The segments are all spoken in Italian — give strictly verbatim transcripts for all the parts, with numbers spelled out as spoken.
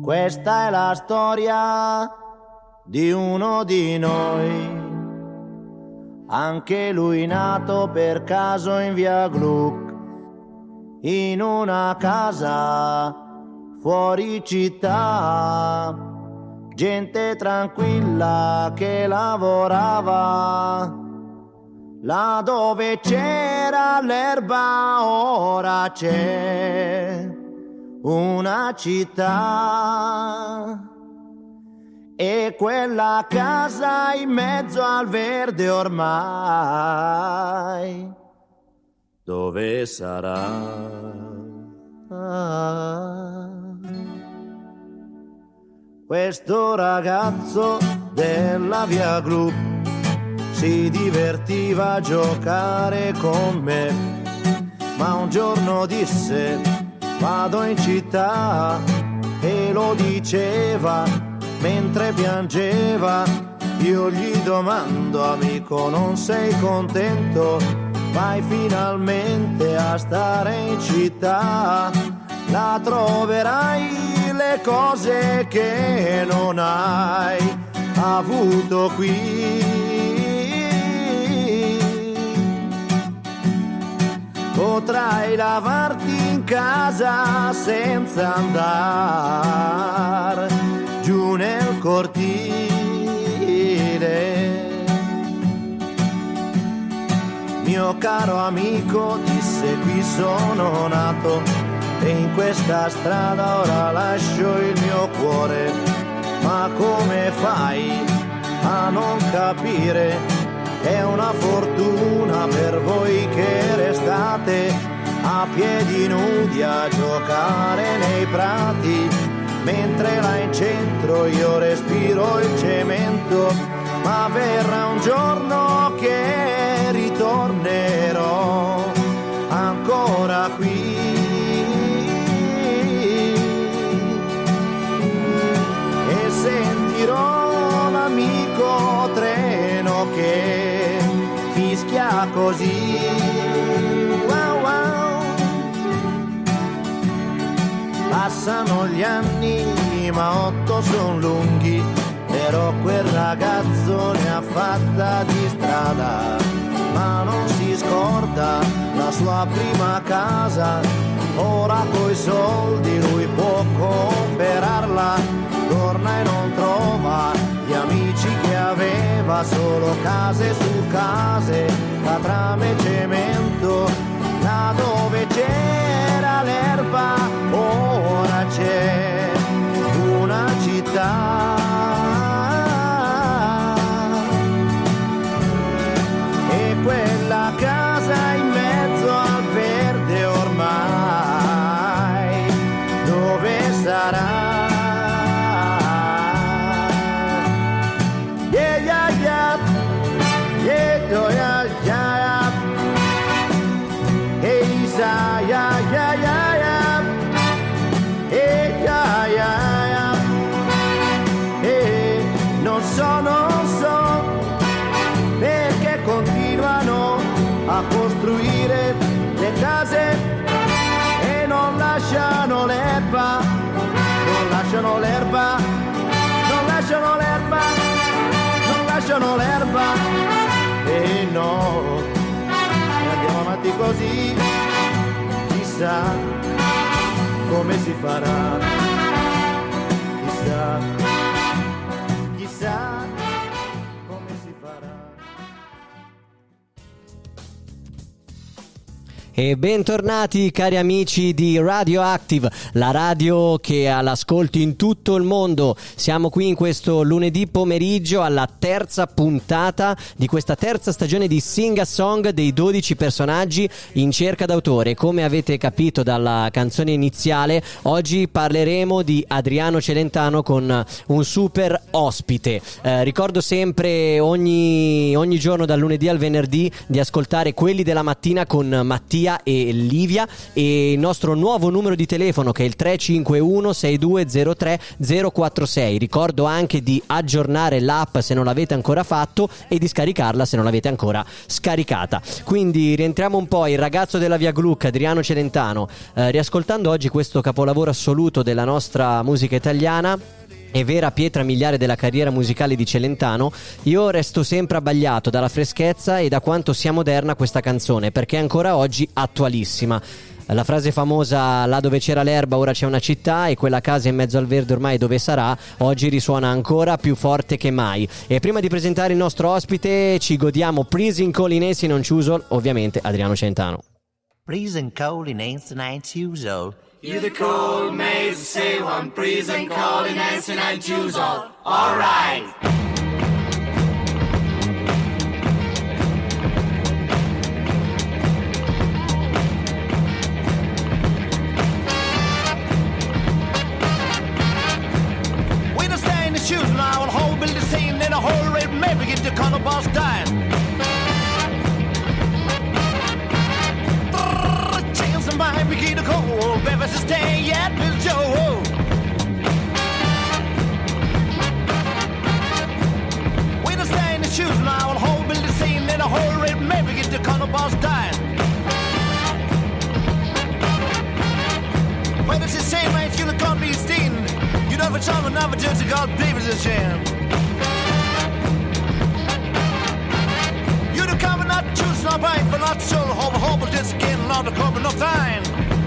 Questa è la storia di uno di noi, anche lui nato per caso in via Gluck, in una casa fuori città, gente tranquilla che lavorava, là dove c'era l'erba ora c'è una città. E quella casa in mezzo al verde ormai, dove sarà? Ah. Questo ragazzo della via Gluck si divertiva a giocare con me, ma un giorno disse vado in città, e lo diceva mentre piangeva. Io gli domando amico non sei contento? Vai finalmente a stare in città, la troverai le cose che non hai avuto qui. Potrai lavarti in casa senza andare giù nel cortile. Mio caro amico disse qui sono nato e in questa strada ora lascio il mio cuore. Ma come fai a non capire? È una fortuna per voi che restate a piedi nudi a giocare nei prati, mentre là in centro io respiro il cemento. Ma verrà un giorno che ritornerò ancora qui e sentirò l'amico treno che fischia così. Wow, wow. Passano gli anni ma otto son lunghi, però quel ragazzo ne ha fatta di strada, ma non si scorda la sua prima casa. Ora coi soldi lui può comprarla, torna e non trova gli amici che aveva, solo case su case, catrame e cemento. Là dove c'era l'erba ora c'è una città. E quella casa in mezzo al verde ormai, dove sarà? Yeah, yeah, yeah, yeah, oh, yeah, yeah, hey, sa, yeah, yeah, yeah, yeah, hey, yeah, yeah, yeah, hey, non so, non so perché continuano a costruire le case e non lasciano l'erba, non lasciano l'erba, non lasciano l'erba, non lasciano l'erba. E no, andiamo avanti così, chissà come si farà, chissà, chissà come si farà. E bentornati cari amici di Radioactive, la radio che ha l'ascolto in tutto il mondo. Siamo qui in questo lunedì pomeriggio alla terza puntata di questa terza stagione di Sing a Song dei dodici personaggi in cerca d'autore. Come avete capito dalla canzone iniziale, oggi parleremo di Adriano Celentano con un super ospite. Eh, ricordo sempre ogni, ogni giorno dal lunedì al venerdì di ascoltare Quelli della mattina con Mattia, Giulia e Livia, e il nostro nuovo numero di telefono che è il tre cinque uno sei due zero tre zero quattro sei. Ricordo anche di aggiornare l'app se non l'avete ancora fatto e di scaricarla se non l'avete ancora scaricata. Quindi rientriamo un po'. Il ragazzo della Via Gluck, Adriano Celentano, eh, riascoltando oggi questo capolavoro assoluto della nostra musica italiana e vera pietra miliare della carriera musicale di Celentano, io resto sempre abbagliato dalla freschezza e da quanto sia moderna questa canzone, perché è ancora oggi attualissima. La frase famosa "là dove c'era l'erba ora c'è una città" e "quella casa in mezzo al verde ormai dove sarà" oggi risuona ancora più forte che mai. E prima di presentare il nostro ospite ci godiamo Prison Colinesi non Choosol, ovviamente Adriano Celentano. Prison Colinesi non Choosol. You the cold maze, say one, prison calling, dancing and choose all. All right. We don't stay in the shoes now, and whole building scene in a whole red maybe get the corner boss dying. Behind me, keep the cold, baby, stay yet, Bill Joe. We don't stay in the shoes now, and whole building scene in a whole red, maybe get the corner boss dying. When it's the same, ain't you the company steen? You know, for some, another just God, baby's a shame. You the cover, not choose, not right, but not so, hope, hope, just getting out of cover, no time.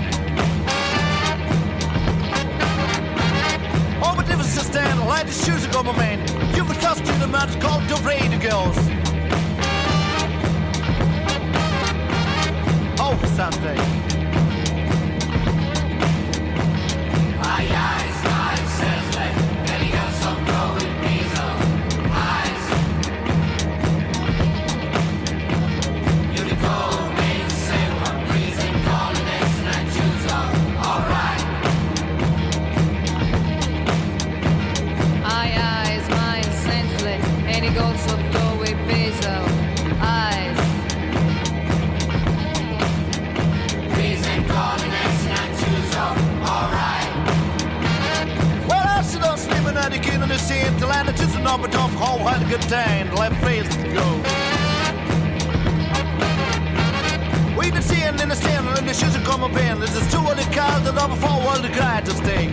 Oh, but if it's a stand, light the shoes go, my man. You've been cussed to the mountains called the radio girls. Oh, Sunday. My eyes, my senseless, and he got some going diesel. Eyes. You the cold maze, say one, prison calling, dancing and choose all. All right. My eyes, mine senseless, and he goes sotto e peso. Eyes. Prison calling, dancing and choose all. All right. Well, I sit on sleeping at the king of the scene till I just an up and off whole had a good time. Left face to go. We been seeing in the stand and the shoes are coming in. This is two of the cars that are before all the guys to stay.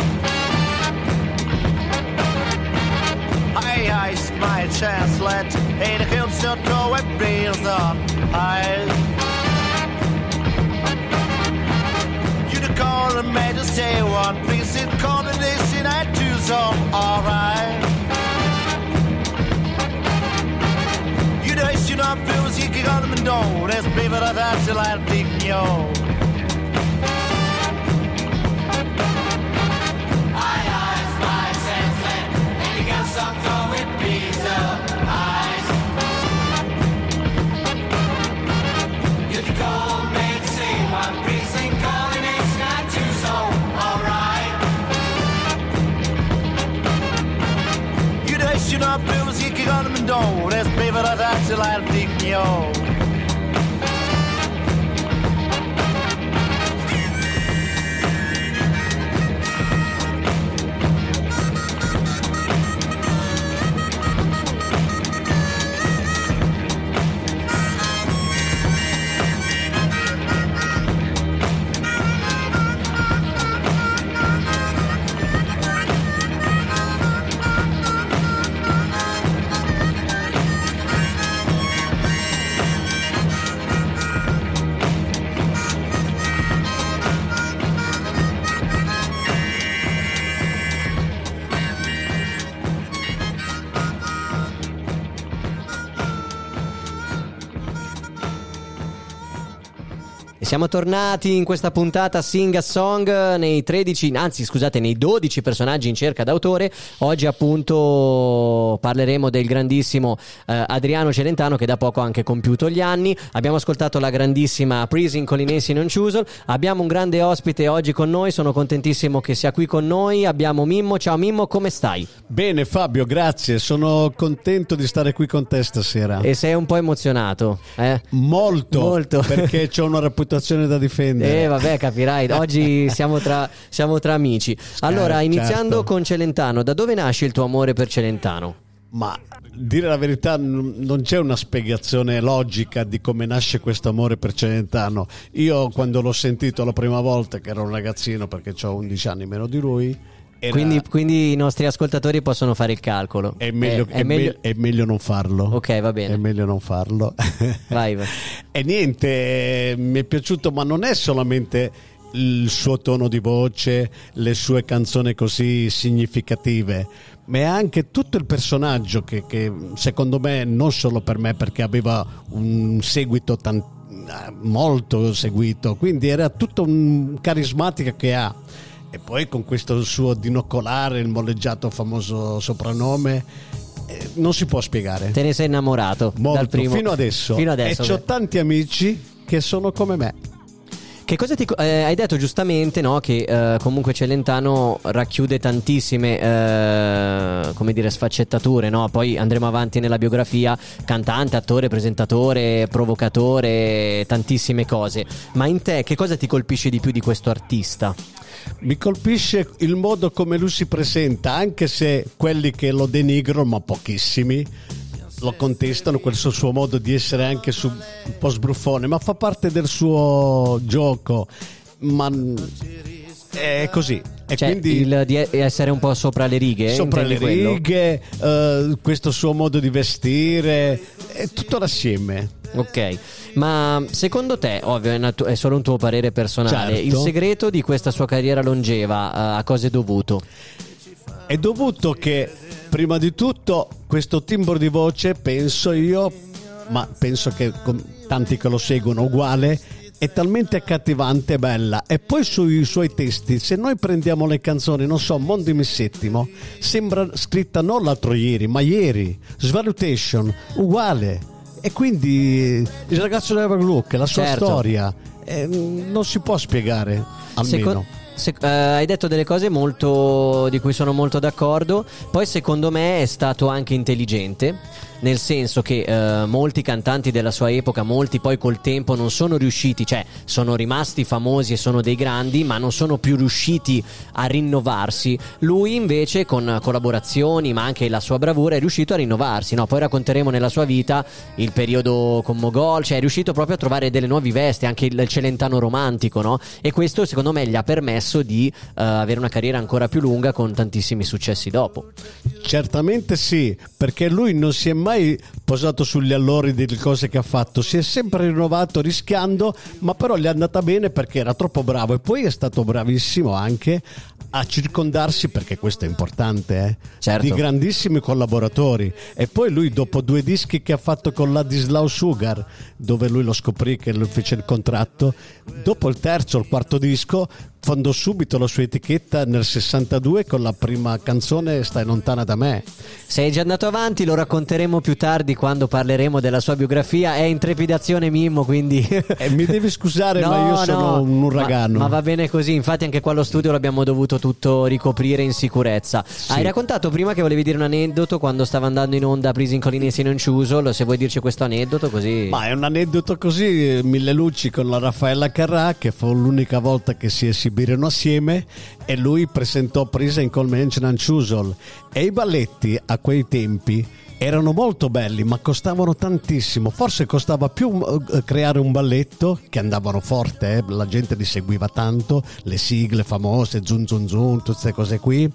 Hey, I my chance, let ain't a kill still throw it breeze on. I you the call and made us say one, please sit corner this in I do some alright. You know you not feel as you can them and do that's baby that that's the light of yo. You know, feel as you can on them and do that's baby that that's the light of deep yo. Siamo tornati in questa puntata Sing a Song nei tredici, anzi scusate, nei dodici personaggi in cerca d'autore. Oggi appunto parleremo del grandissimo eh, Adriano Celentano, che da poco ha anche compiuto gli anni. Abbiamo ascoltato la grandissima Prison Colinesi non Choosol. Abbiamo un grande ospite oggi con noi, sono contentissimo che sia qui con noi. Abbiamo Mimmo. Ciao Mimmo, come stai? Bene Fabio, grazie, sono contento di stare qui con te stasera. E sei un po' emozionato? Eh? Molto, Molto. perché c'ho una reputazione reputazione da difendere. Eh vabbè, capirai, oggi siamo tra, siamo tra amici. Allora, iniziando certo. con Celentano, da dove nasce il tuo amore per Celentano? Ma dire la verità, n- non c'è una spiegazione logica di come nasce questo amore per Celentano. Io quando l'ho sentito la prima volta, che ero un ragazzino perché ho undici anni meno di lui, era... Quindi, quindi i nostri ascoltatori possono fare il calcolo. È meglio, è, è meglio... meglio- è meglio non farlo. Ok, va bene. È meglio non farlo. Vai, vai. E niente, eh, mi è piaciuto, ma non è solamente il suo tono di voce, le sue canzoni così significative, ma è anche tutto il personaggio che, che secondo me, non solo per me, perché aveva un seguito tan- molto seguito, quindi era tutto un carismatica che ha. E poi con questo suo dinocolare, il molleggiato famoso soprannome, eh, non si può spiegare. Te ne sei innamorato Molto, dal primo fino adesso. Fino adesso, e c'ho ok. tanti amici che sono come me. Che cosa ti eh, hai detto giustamente, no? Che eh, comunque Celentano racchiude tantissime eh, come dire sfaccettature, no? Poi andremo avanti nella biografia: cantante, attore, presentatore, provocatore, tantissime cose. Ma in te che cosa ti colpisce di più di questo artista? Mi colpisce il modo come lui si presenta, anche se quelli che lo denigrano, ma pochissimi, lo contestano, quel suo, suo modo di essere anche su, un po' sbruffone, ma fa parte del suo gioco, ma è così. E Cioè, quindi il di essere un po' sopra le righe, sopra le intendi quello? righe, eh, questo suo modo di vestire, è tutto l'assieme. Ok, ma secondo te, ovvio, è, natu- è solo un tuo parere personale, Certo. il segreto di questa sua carriera longeva eh, a cosa è dovuto? È dovuto che, prima di tutto, questo timbro di voce, penso io, ma penso che con tanti che lo seguono uguale, è talmente accattivante e bella. E poi sui suoi testi, se noi prendiamo le canzoni, non so, Mondo in Settimo, sembra scritta non l'altro ieri, ma ieri. Svalutation, uguale. E quindi il ragazzo di Everlook, la sua Certo. storia, eh, non si può spiegare, almeno. Seco- se- eh, hai detto delle cose molto di cui sono molto d'accordo. Poi secondo me è stato anche intelligente, nel senso che eh, molti cantanti della sua epoca, molti poi col tempo non sono riusciti, cioè sono rimasti famosi e sono dei grandi, ma non sono più riusciti a rinnovarsi. Lui invece, con collaborazioni ma anche la sua bravura, è riuscito a rinnovarsi, no? Poi racconteremo nella sua vita il periodo con Mogol, cioè è riuscito proprio a trovare delle nuove vesti, anche il, il Celentano romantico, no? E questo secondo me gli ha permesso di eh, avere una carriera ancora più lunga con tantissimi successi dopo. Certamente sì, perché lui non si è mai posato sugli allori delle cose che ha fatto, si è sempre rinnovato rischiando, ma però gli è andata bene perché era troppo bravo. E poi è stato bravissimo anche a circondarsi, perché questo è importante, eh, Certo. di grandissimi collaboratori. E poi lui, dopo due dischi che ha fatto con Ladislao Sugar, dove lui lo scoprì che lui fece il contratto, dopo il terzo o il quarto disco fondò subito la sua etichetta nel sessantadue con la prima canzone Stai lontana da me. Sei già andato avanti, lo racconteremo più tardi quando parleremo della sua biografia. È in trepidazione Mimmo, quindi E mi devi scusare, No, ma io sono no, un uragano. Ma, ma va bene così, infatti anche qua allo studio l'abbiamo dovuto tutto ricoprire in sicurezza. Hai raccontato prima che volevi dire un aneddoto quando stava andando in onda Prison Collinesi non Ciuso, se vuoi dirci questo aneddoto così. Ma è un aneddoto così, mille luci con la Raffaella Carrà, che fu l'unica volta che si esibirono assieme, e lui presentò Prisa in Colmention and Chusol, e i balletti a quei tempi erano molto belli, ma costavano tantissimo. Forse costava più uh, creare un balletto, che andavano forte, eh? La gente li seguiva tanto, le sigle famose, zun zun zun, tutte queste cose qui,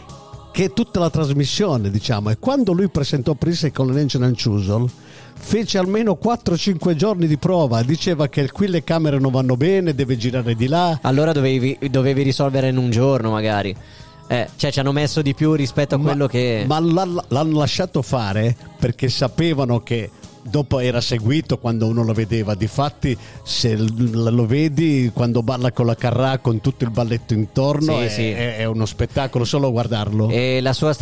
che tutta la trasmissione, diciamo. E quando lui presentò Prisa in Colmention and Chusol, fece almeno quattro cinque giorni di prova, diceva che qui le camere non vanno bene, deve girare di là. Allora dovevi, dovevi risolvere in un giorno magari. Eh, cioè ci hanno messo di più rispetto a quello ma, che... ma l'hanno, l'hanno lasciato fare perché sapevano che dopo era seguito quando uno lo vedeva. Difatti, se lo vedi quando balla con la Carrà con tutto il balletto intorno, Sì, è, sì. È, è uno spettacolo solo a guardarlo. E la sua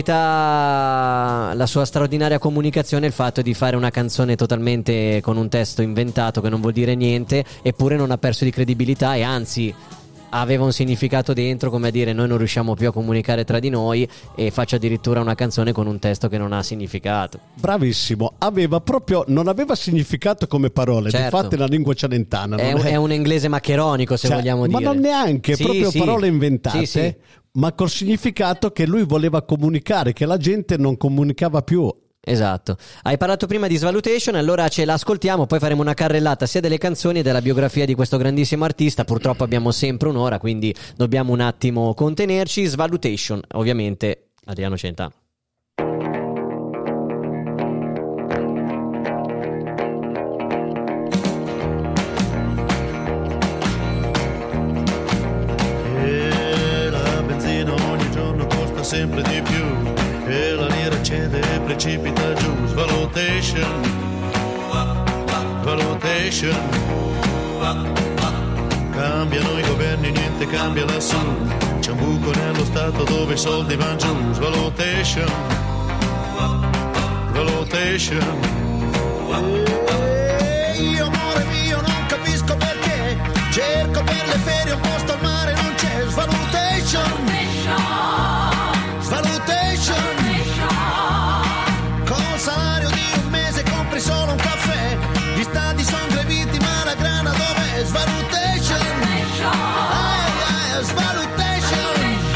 straordinarietà, la sua straordinaria comunicazione, il fatto di fare una canzone totalmente con un testo inventato che non vuol dire niente, eppure non ha perso di credibilità, e anzi aveva un significato dentro, come a dire noi non riusciamo più a comunicare tra di noi, e faccio addirittura una canzone con un testo che non ha significato. Bravissimo, aveva proprio, non aveva significato come parole, Certo. infatti la lingua celentana È, non un- è un inglese maccheronico, se cioè, vogliamo ma dire. non neanche, Sì, proprio sì. parole inventate, Sì, sì. ma col significato che lui voleva comunicare, che la gente non comunicava più. Esatto. Hai parlato prima di Svalutation, allora ce l'ascoltiamo, poi faremo una carrellata sia delle canzoni e della biografia di questo grandissimo artista. Purtroppo abbiamo sempre un'ora, quindi dobbiamo un attimo contenerci. Svalutation, ovviamente Adriano Celentano. E la benzina ogni giorno costa sempre di più, e la lira cede e precipita giù. Svalutation, svalutation. Cambiano i governi, niente cambia lassù. C'è un buco nello stato dove i soldi vanno giù. Svalutation, svalutation. E io amore mio non capisco perché, cerco per le ferie un posto al mare, non c'è. Svalutation, svalutation. Con il salario di un mese compri solo un caffè, gli stadi sono greviti ma la grana dov'è? Svalutation, ai, ai, svalutation.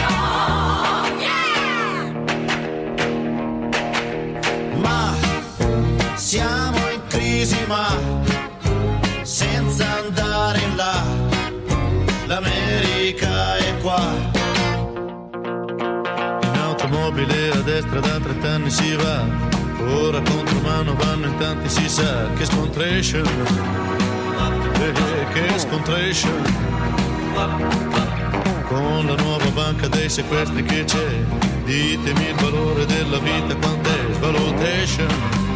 Ma siamo in crisi, ma senza andare in là, l'America è qua. In automobile a destra da trent'anni si va, ora contro mano vanno in tanti, si sa che scontration, eh, eh, che scontration. Con la nuova banca dei sequestri che c'è, ditemi il valore della vita quant'è. Svalutation,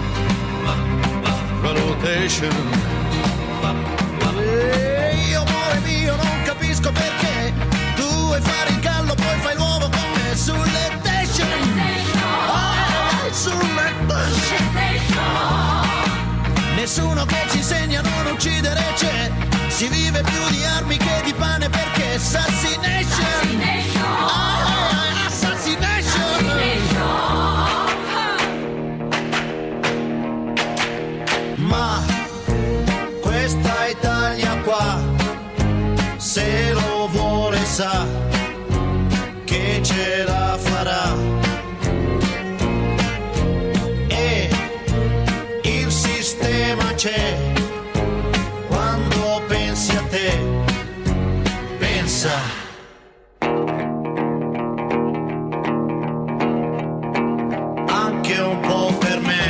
svalutation. E io amore mio non capisco perché tu vuoi fare il gallo poi fai l'uovo con me sulle station. Ah, sulle station. Nessuno che ci insegna a non uccidere c'è, si vive più di armi che di pane perché assassination. Ah, assassination. Ma questa Italia qua, se lo vuole sa che ce la farà. E il sistema c'è, quando pensi a te, pensa. Anche un po' per me.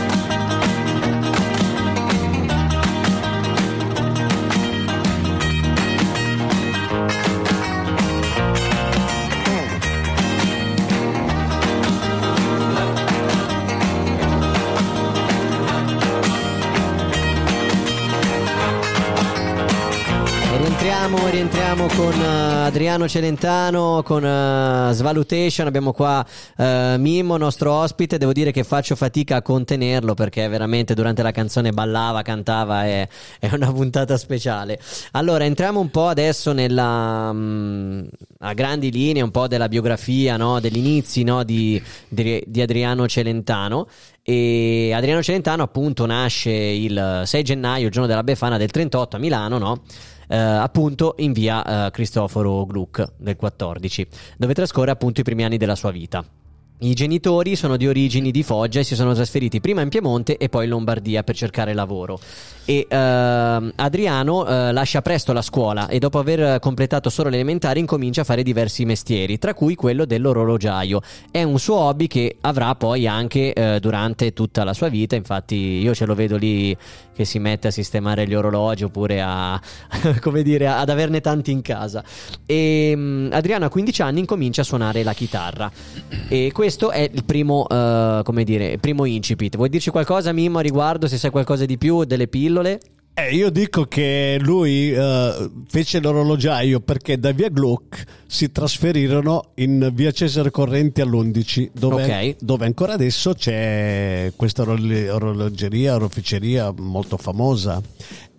Rientriamo, rientriamo con uh, Adriano Celentano, con uh, Svalutation. Abbiamo qua uh, Mimmo, nostro ospite. Devo dire che faccio fatica a contenerlo perché veramente durante la canzone ballava, cantava, è, è una puntata speciale. Allora entriamo un po' adesso nella um, a grandi linee un po' della biografia, no? Degli inizi, no? di, di, di Adriano Celentano. E Adriano Celentano appunto nasce il sei gennaio, il giorno della Befana del trentotto a Milano, no? Uh, appunto in via uh, Cristoforo Gluck del quattordici, dove trascorre appunto i primi anni della sua vita. I genitori sono di origini di Foggia e si sono trasferiti prima in Piemonte e poi in Lombardia per cercare lavoro. E uh, Adriano uh, lascia presto la scuola e dopo aver completato solo le elementari incomincia a fare diversi mestieri, tra cui quello dell'orologiaio. È un suo hobby che avrà poi anche uh, durante tutta la sua vita. Infatti io ce lo vedo lì che si mette a sistemare gli orologi oppure a come dire ad averne tanti in casa. E um, Adriano a quindici anni incomincia a suonare la chitarra e questo è il primo uh, come dire primo incipit. Vuoi dirci qualcosa, Mimmo, a riguardo, se sai qualcosa di più, delle pillole? Eh, io dico che lui uh, fece l'orologiaio perché da via Gluck si trasferirono in via Cesare Correnti all'undici, dove, Ok. dove ancora adesso c'è questa orologeria, orologeria molto famosa.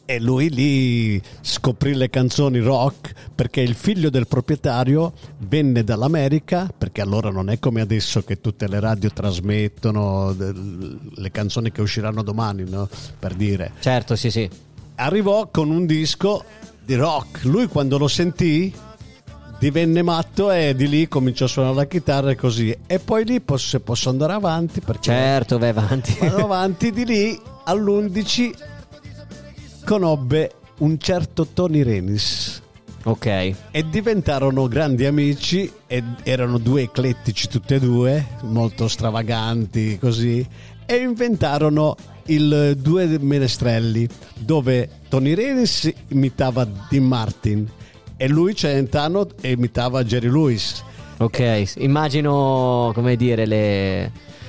E lui lì scoprì le canzoni rock perché il figlio del proprietario venne dall'America, perché allora non è come adesso che tutte le radio trasmettono le canzoni che usciranno domani, no? Per dire. Certo, sì, sì. Arrivò con un disco di rock. Lui quando lo sentì divenne matto e di lì cominciò a suonare la chitarra e così. E poi lì posso, se posso andare avanti, perché Certo, vai avanti. vado avanti, di lì all'undici conobbe un certo Tony Renis Ok. e diventarono grandi amici, e erano due eclettici tutti e due, molto stravaganti così, e inventarono il Due Menestrelli, dove Tony Renis imitava Dean Martin e lui Celentano imitava Jerry Lewis. Ok, immagino, come dire, le,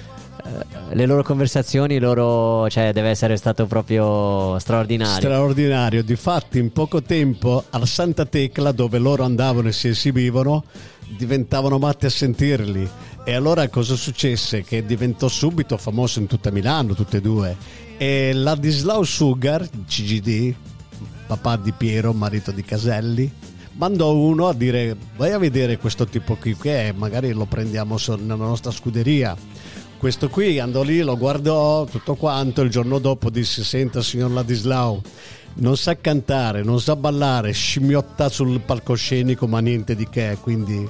le loro conversazioni, loro, cioè, deve essere stato proprio straordinario. Straordinario. Difatti in poco tempo al Santa Tecla, dove loro andavano e si esibivano, diventavano matti a sentirli. E allora cosa successe? Che diventò subito famoso in tutta Milano, tutte e due. E Ladislao Sugar, C G D, papà di Piero, marito di Caselli, mandò uno a dire: vai a vedere questo tipo qui che è, magari lo prendiamo nella nostra scuderia. Questo qui andò lì, lo guardò, tutto quanto. Il giorno dopo disse: senta signor Ladislao, non sa cantare, non sa ballare, scimmiotta sul palcoscenico, ma niente di che. Quindi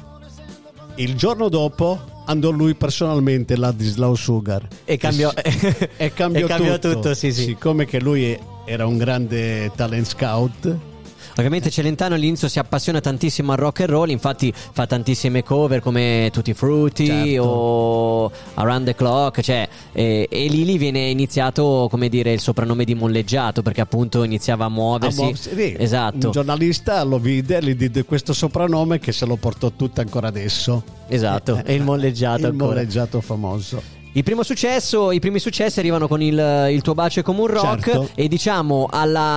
il giorno dopo andò lui personalmente, Ladislao Sugar, E cambiò, e, e cambiò, e cambiò tutto. tutto, sì, sì. Siccome che lui era un grande talent scout. Ovviamente Celentano all'inizio si appassiona tantissimo al rock and roll, infatti fa tantissime cover come Tutti Frutti, Certo. o Around the Clock, cioè, e, e lì gli viene iniziato, come dire, il soprannome di Molleggiato, perché appunto iniziava a muoversi. A muoversi, sì. Esatto. Un giornalista lo vide, gli diede questo soprannome che se lo portò tutto ancora adesso. Esatto, e il molleggiato Il ancora. molleggiato famoso. Il primo successo, i primi successi arrivano con il, il tuo bacio è come un rock, Certo. e diciamo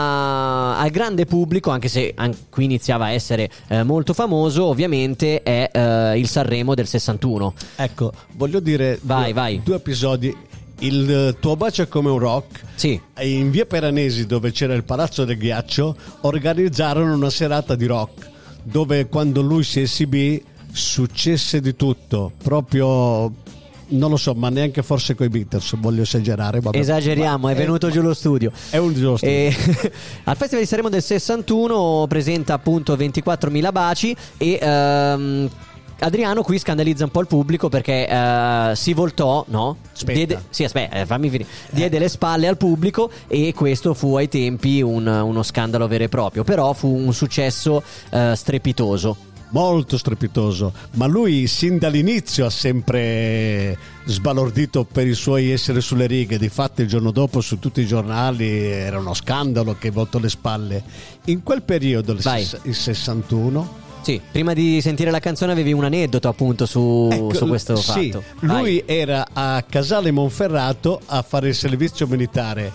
alla, al grande pubblico, anche se an- qui iniziava a essere eh, molto famoso, ovviamente è eh, il Sanremo del sessantuno. Ecco, voglio dire Vai, due, vai. due episodi. Il eh, tuo bacio è come un rock. Sì. In via Peranesi, dove c'era il Palazzo del Ghiaccio, organizzarono una serata di rock, dove quando lui si esibì successe di tutto, proprio non lo so, ma neanche forse coi Beatles, voglio esagerare. Vabbè. Esageriamo, Ma è venuto giù lo studio. È un giù lo studio. E al Festival di Sanremo del sessantuno presenta appunto ventiquattromila baci e ehm, Adriano qui scandalizza un po' il pubblico perché eh, si voltò, no? Aspetta. Diede, sì, aspetta, eh, fammi finire. Diede le spalle al pubblico e questo fu ai tempi un- uno scandalo vero e proprio, però fu un successo eh, strepitoso. Molto strepitoso, ma lui sin dall'inizio ha sempre sbalordito per i suoi essere sulle righe. Difatti il giorno dopo su tutti i giornali era uno scandalo che voltò le spalle. In quel periodo, il, Vai. ses- il sessantuno, Sì, prima di sentire la canzone avevi un aneddoto appunto su, ecco, su questo sì, fatto. lui Vai. era a Casale Monferrato a fare il servizio militare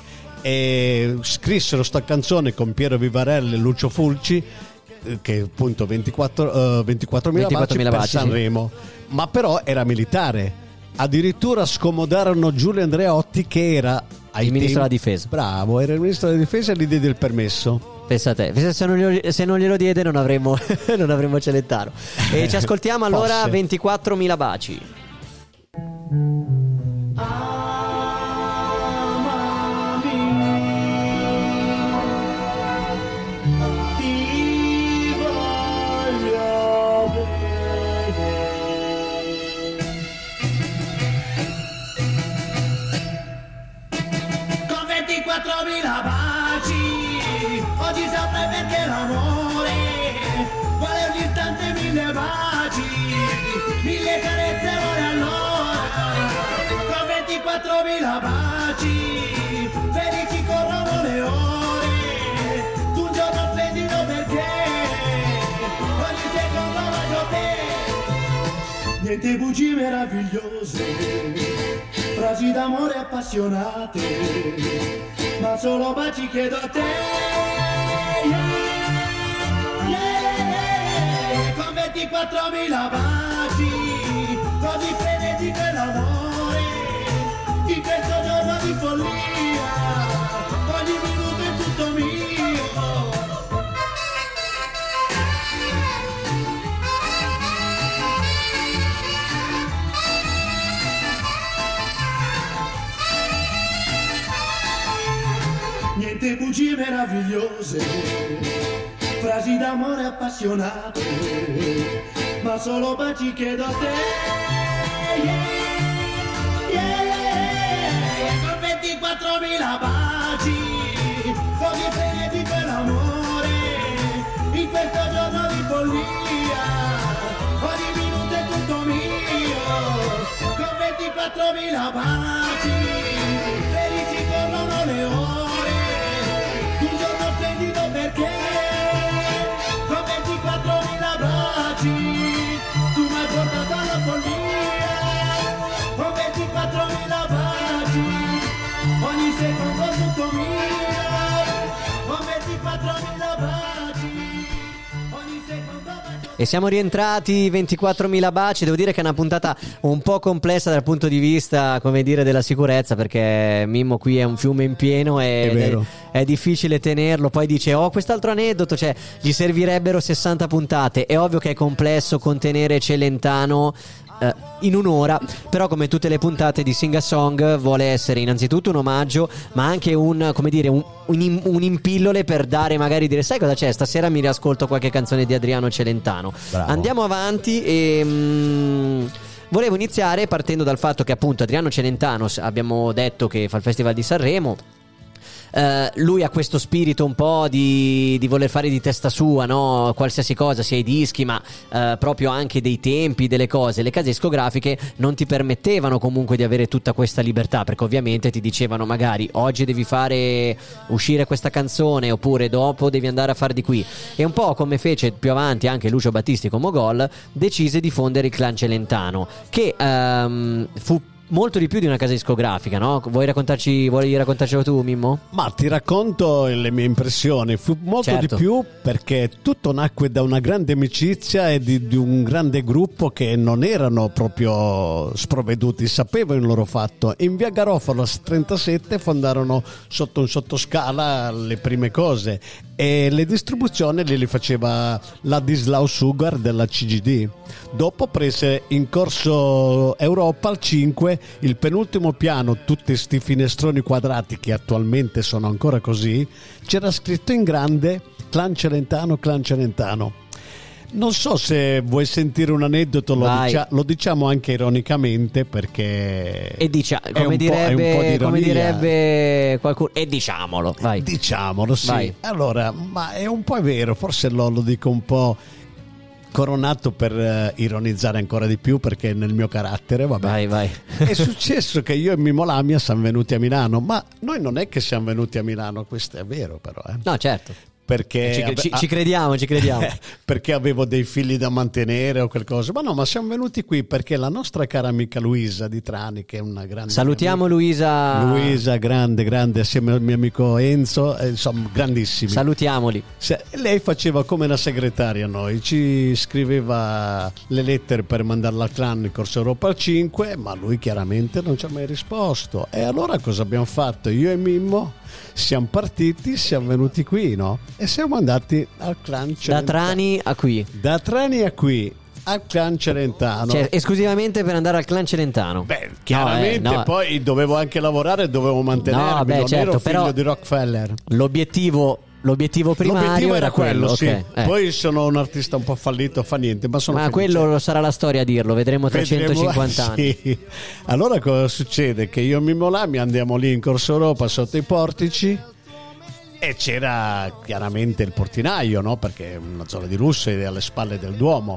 e scrissero sta canzone con Piero Vivarelli e Lucio Fulci, che appunto ventiquattro, uh, ventiquattromila baci ventiquattromila per baci, sì. Sanremo, ma però era militare. Addirittura scomodarono Giulio Andreotti, che era ai Il ministro tempi- della difesa. Bravo, era il ministro della difesa e gli diede il permesso. Pensa a te, se non glielo, se non glielo diede non avremmo, non avremmo Celentano. E ci ascoltiamo allora Forse. ventiquattromila baci. Con ventiquattromila baci, oggi saprei perché l'amore vuole ogni istante mille baci, mille carezze vuole allora. Con ventiquattromila baci, felici corrono le ore, un giorno splendido perché ogni secondo voglio te. Niente bugie meravigliose, frasi d'amore appassionate, ma solo baci chiedo a te. Yeah, yeah. Con ventiquattromila baci, così frenetico è l'amore, in questo giorno di follia, ogni minuto è tutto mio. meravigliose, frasi d'amore appassionate, ma solo baci chiedo a te. Yeah, yeah, con ventiquattromila baci, fuochi freddi per l'amore, in questo giorno di follia, ogni minuto è tutto mio, con ventiquattromila baci, felici corrono le ore, un giorno splendido perché, con ventiquattromila baci, tu mi hai portato alla follia, con ventiquattromila baci, ogni secondo tutto mio, con ventiquattromila baci, ogni secondo bacio. E siamo rientrati, ventiquattromila baci. Devo dire che è una puntata un po' complessa dal punto di vista, come dire, della sicurezza, perché Mimmo qui è un fiume in pieno e È vero. è, è difficile tenerlo. Poi dice, oh, quest'altro aneddoto, cioè gli servirebbero sessanta puntate. È ovvio che è complesso contenere Celentano eh, in un'ora, però come tutte le puntate di Sing a Song vuole essere innanzitutto un omaggio, ma anche un, come dire, un, un, im- un impillole per dare, magari dire, sai cosa c'è, stasera mi riascolto qualche canzone di Adriano Celentano. Bravo. Andiamo avanti e mm, volevo iniziare partendo dal fatto che appunto Adriano Celentano, s- abbiamo detto che fa il Festival di Sanremo. Eh, lui ha questo spirito un po' di, di voler fare di testa sua, no? Qualsiasi cosa, sia i dischi, ma eh, proprio anche dei tempi, delle cose. Le case discografiche non ti permettevano comunque di avere tutta questa libertà, perché ovviamente ti dicevano magari oggi devi fare uscire questa canzone, oppure dopo devi andare a fare di qui. E un po' come fece più avanti anche Lucio Battisti con Mogol, decise di fondere il clan Celentano, che ehm, fu molto di più di una casa discografica, no? Vuoi raccontarci, vuoi raccontarcelo tu, Mimmo? Ma ti racconto le mie impressioni. Fu molto Certo. di più, perché tutto nacque da una grande amicizia e di, di un grande gruppo che non erano proprio sprovveduti, sapevano il loro fatto. In via Garofalo trentasette fondarono sotto un sottoscala le prime cose, e le distribuzioni le, le faceva la Dislao Sugar della C G D. Dopo prese in corso Europa al cinque il penultimo piano, tutti sti finestroni quadrati che attualmente sono ancora così, c'era scritto in grande Clan Celentano, Clan Celentano. Non so se vuoi sentire un aneddoto, lo, Vai. dicia- lo diciamo anche ironicamente, perché E dicia- è come, un po'- è un po' direbbe, di come ironia. direbbe qualcuno, e diciamolo, vai. Diciamolo, sì. Vai. Allora, ma è un po' vero, forse lo, lo dico un po' coronato per eh, ironizzare ancora di più, perché è nel mio carattere, vabbè. Vai, vai. È successo che io e Mimmo Lamia siamo venuti a Milano, ma noi non è che siamo venuti a Milano, questo è vero però, eh. No, certo. Perché Ci, ave- ci- ah, ci crediamo, ci crediamo. perché avevo dei figli da mantenere o qualcosa, ma no, ma siamo venuti qui perché la nostra cara amica Luisa di Trani, che è una grande Salutiamo amica- Luisa. Luisa, grande, grande, assieme al mio amico Enzo, eh, insomma, grandissimi. Salutiamoli. Se- lei faceva come una segretaria a noi, ci scriveva le lettere per mandarla al clan in Corso Europa al cinque, ma lui chiaramente non ci ha mai risposto. E allora cosa abbiamo fatto? Io e Mimmo siamo partiti, siamo venuti qui, no? E siamo andati al clan Da Celentano. Trani a qui. Da Trani a qui, al clan Celentano. Cioè, esclusivamente per andare al clan Celentano. Beh, chiaramente No, eh, no. poi dovevo anche lavorare, dovevo mantenermi, No, beh, non certo, ero figlio però- di Rockefeller. L'obiettivo, l'obiettivo primario L'obiettivo era quello, sì. ok, eh. Poi sono un artista un po' fallito, fa niente, ma sono Ma felice. quello lo sarà la storia a dirlo, vedremo tra Vedremo, centocinquanta anni. sì. Allora cosa succede? Che io e Mimmo Lami andiamo lì in Corso Europa sotto i portici, e c'era chiaramente il portinaio, no? Perché è una zona di lusso ed è alle spalle del Duomo.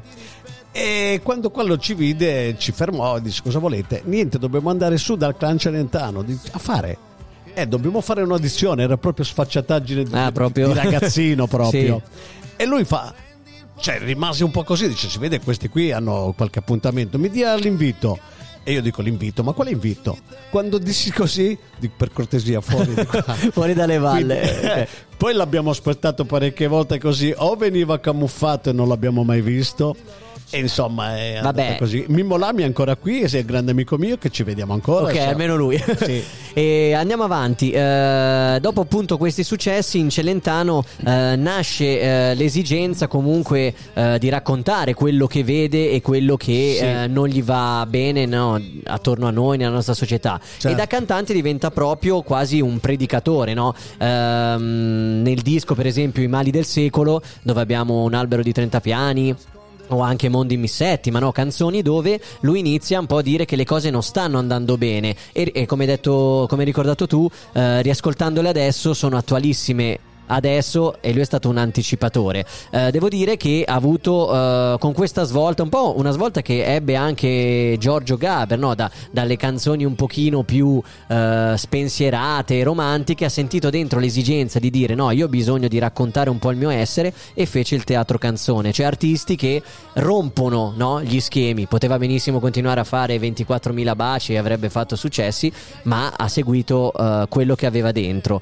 E quando quello ci vide, ci fermò e disse: cosa volete? Niente, dobbiamo andare su dal clan Celentano Dice, a fare. Eh, dobbiamo fare un'audizione, era proprio sfacciataggine di, Ah, proprio. di ragazzino proprio. Sì. E lui fa, cioè rimase un po' così, dice: si vede questi qui hanno qualche appuntamento, mi dia l'invito. E io dico: l'invito? Ma quale invito? Quando dissi così, dico, per cortesia, fuori di qua. Fuori dalle valle. Quindi, eh, poi l'abbiamo aspettato parecchie volte così, o veniva camuffato e non l'abbiamo mai visto, E insomma è andata Vabbè. così. Mimmo Lami è ancora qui e sei un grande amico mio, che ci vediamo ancora. Ok, siamo- almeno lui. Sì. E andiamo avanti. Eh, dopo appunto questi successi in Celentano eh, nasce eh, l'esigenza comunque eh, di raccontare quello che vede e quello che Sì. eh, non gli va bene, no, attorno a noi, nella nostra società. Certo. E da cantante diventa proprio quasi un predicatore, no? Ehm, nel disco per esempio I mali del secolo, dove abbiamo Un albero di trenta piani, o anche Mondi in missetti, ma no, canzoni dove lui inizia un po' a dire che le cose non stanno andando bene e, e come hai detto, come hai ricordato tu, eh, riascoltandole adesso sono attualissime adesso, e lui è stato un anticipatore. Eh, devo dire che ha avuto eh, con questa svolta un po' una svolta che ebbe anche Giorgio Gaber, no? Da- dalle canzoni un pochino più eh, spensierate e romantiche, ha sentito dentro l'esigenza di dire no, io ho bisogno di raccontare un po' il mio essere, e fece il teatro canzone. Cioè artisti che rompono, no, gli schemi. Poteva benissimo continuare a fare ventiquattromila baci e avrebbe fatto successi, ma ha seguito eh, quello che aveva dentro.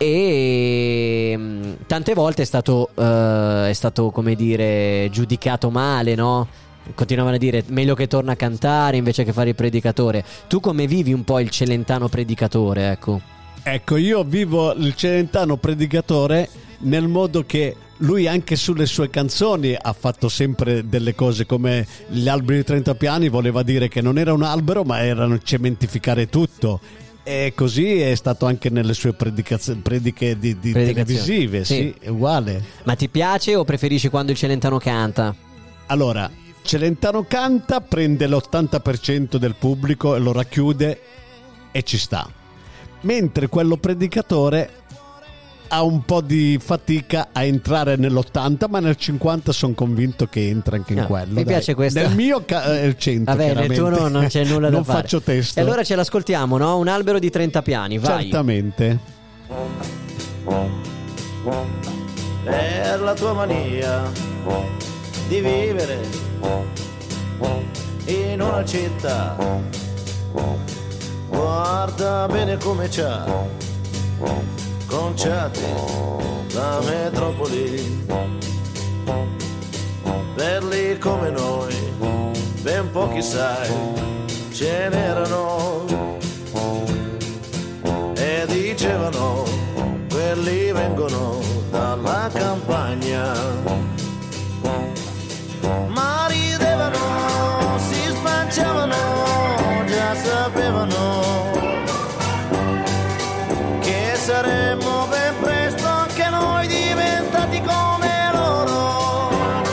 E mh, tante volte è stato, eh, è stato come dire, giudicato male, no? Continuavano a dire meglio che torna a cantare invece che fare il predicatore. Tu come vivi un po' il celentano predicatore, ecco? Ecco, io vivo il celentano predicatore nel modo che lui anche sulle sue canzoni ha fatto sempre delle cose come Gli alberi di trenta piani, voleva dire che non era un albero ma erano cementificare tutto. E così è stato anche nelle sue predicaz- prediche di, di Predicazioni. televisive, sì. Sì. È uguale. Ma ti piace o preferisci quando il celentano canta? Allora, Celentano canta, prende l'ottanta per cento del pubblico e lo racchiude e ci sta. Mentre quello predicatore ha un po' di fatica a entrare nell'ottanta, ma nel cinquanta sono convinto che entra anche in No, quello. mi dai. piace questa. Nel mio ca- è il cento. Vabbè, nel tuo no, non c'è nulla da non fare. faccio testo. E allora ce l'ascoltiamo, no? Un albero di trenta piani, vai. Certamente. Per la tua mania di vivere in una città, guarda bene come c'ha conciati la metropoli. Belli come noi, ben pochi sai, ce n'erano, e dicevano quelli vengono dalla campagna, ma ridevano, si spanciavano, già sapevano che saremmo ben presto anche noi diventati come loro,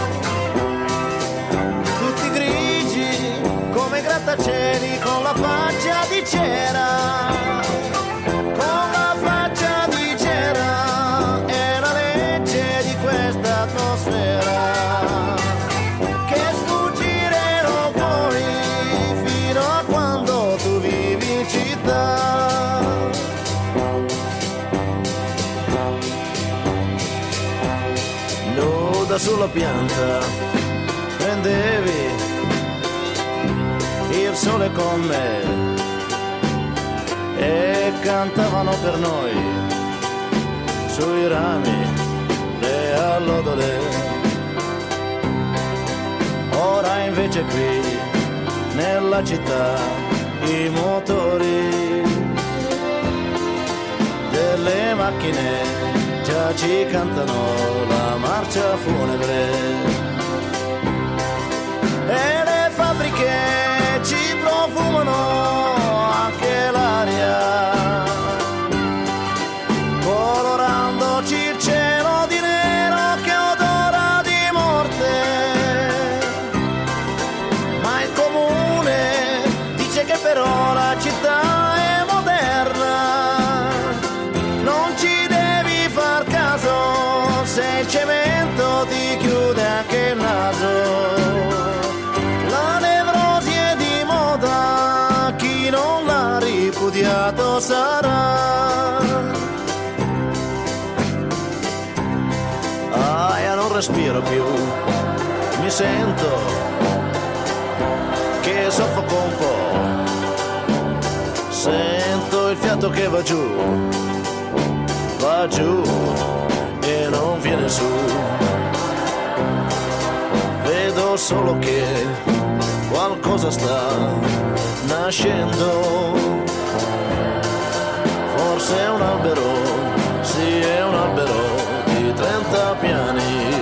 tutti grigi come grattacieli con la faccia di cera, con la faccia di cera, è la legge di questa atmosfera, che sfuggire non puoi fino a quando tu vivi in città. Nuda sulla pianta prendevi il sole con me e cantavano per noi sui rami le allodole. Ora invece qui nella città i motori delle macchine già ci cantano la marcia funebre, e le fabbriche ci profumano anche l'aria, colorandoci il cielo di nero che odora di morte, ma il comune dice che però la città è moderna, non ci devi far caso se il cemento ti chiude anche il naso. La nevrosi è di moda, chi non l'ha ripudiato sarà. Aia, non respiro più, mi sento che soffoco un po', sento il fiato che va giù, va giù e non viene su. Vedo solo che qualcosa sta nascendo. Forse è un albero, sì è un albero di trenta piani.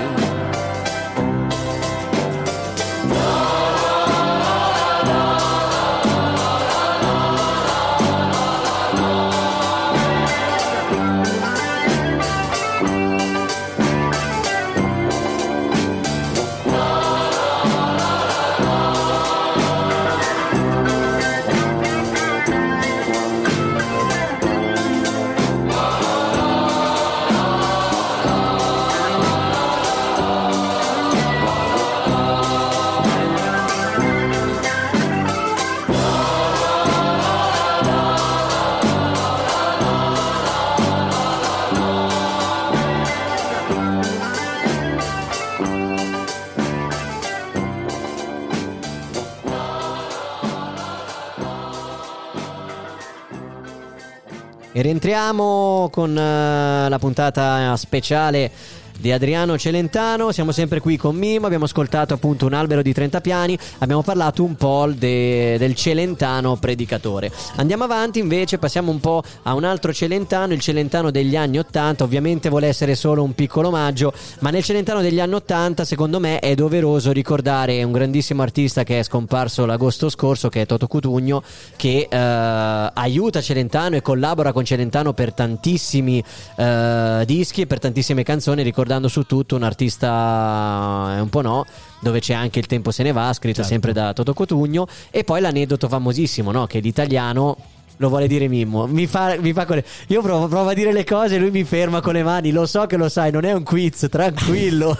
E rientriamo con uh, la puntata speciale di Adriano Celentano. Siamo sempre qui con Mimo, abbiamo ascoltato appunto Un albero di trenta piani, abbiamo parlato un po' de- del Celentano predicatore. Andiamo avanti invece, passiamo un po' a un altro Celentano, il Celentano degli anni ottanta. Ovviamente vuole essere solo un piccolo omaggio, ma nel Celentano degli anni ottanta secondo me è doveroso ricordare un grandissimo artista che è scomparso l'agosto scorso, che è Toto Cutugno, che eh, aiuta Celentano e collabora con Celentano per tantissimi eh, dischi e per tantissime canzoni, ricordando su tutto un artista è un po' no, dove c'è anche Il tempo se ne va, scritto certo. sempre da Toto Cutugno. E poi l'aneddoto famosissimo, no? Che l'italiano lo vuole dire Mimmo, mi fa, mi fa con le... io provo, provo a dire le cose e lui mi ferma con le mani. Lo so che lo sai, non è un quiz, tranquillo.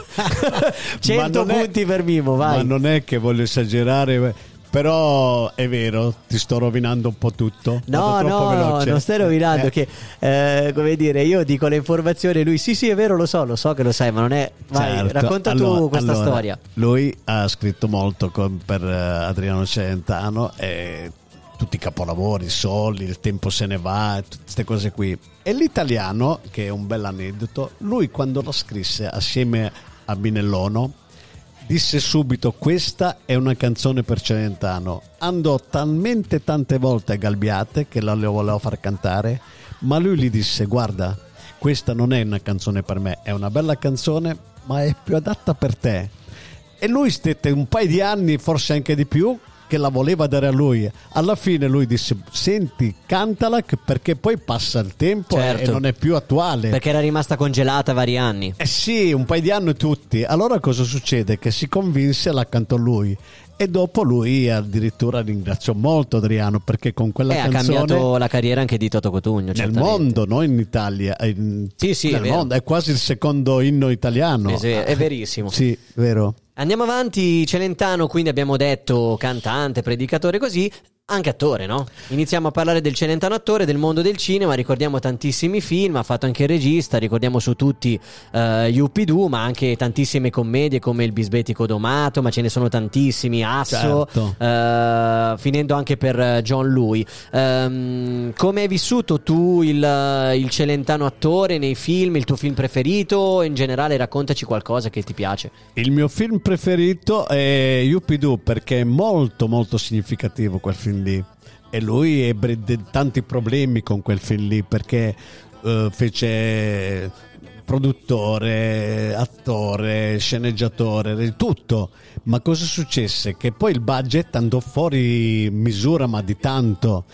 cento punti è, per Mimmo, vai. Ma non è che voglio esagerare, però è vero, ti sto rovinando un po' tutto. No, no, veloce. non stai rovinando. Eh. Che eh, come dire, io dico le informazioni e lui sì, sì, è vero, lo so, lo so che lo sai, ma non è. Vai, Certo. racconta allora, tu questa allora, storia. Lui ha scritto molto con, per uh, Adriano Celentano, e tutti i capolavori, Soli, Il tempo se ne va, tutte queste cose qui. E l'italiano, che è un bel aneddoto, lui quando lo scrisse assieme a Binellono disse subito: questa è una canzone per Celentano. Andò talmente tante volte a Galbiate che la le voleva far cantare, ma lui gli disse: guarda, questa non è una canzone per me, è una bella canzone ma è più adatta per te. E lui stette un paio di anni, forse anche di più, che la voleva dare a lui. Alla fine lui disse: senti, cantala, perché poi passa il tempo Certo. e non è più attuale, Perché era rimasta congelata vari anni. eh sì, un paio di anni tutti. Allora cosa succede? Che si convinse e la cantò lui. E dopo lui addirittura ringraziò molto Adriano, perché con quella E ha canzone cambiato la carriera anche di Toto Cutugno. nel certamente. mondo, non in Italia, in, Sì, sì, è nel vero. mondo, è quasi il secondo inno italiano. Sì, sì, è verissimo. Sì, vero. Andiamo avanti, Celentano, quindi abbiamo detto cantante, predicatore, così, anche attore, no? Iniziamo a parlare del Celentano attore, del mondo del cinema, ricordiamo tantissimi film, ha fatto anche il regista, ricordiamo su tutti uh, Yuppidoo, ma anche tantissime commedie come Il bisbetico domato, ma ce ne sono tantissimi, Asso, Certo. uh, finendo anche per John Lui. Um, come hai vissuto tu il, il Celentano attore nei film, il tuo film preferito? In generale raccontaci qualcosa che ti piace. Il mio film preferito è Yuppidoo, perché è molto molto significativo quel film lì, e lui ebbe de- tanti problemi con quel film lì, perché uh, fece produttore, attore, sceneggiatore, tutto. Ma cosa successe? Che poi il budget andò fuori misura, ma di tanto,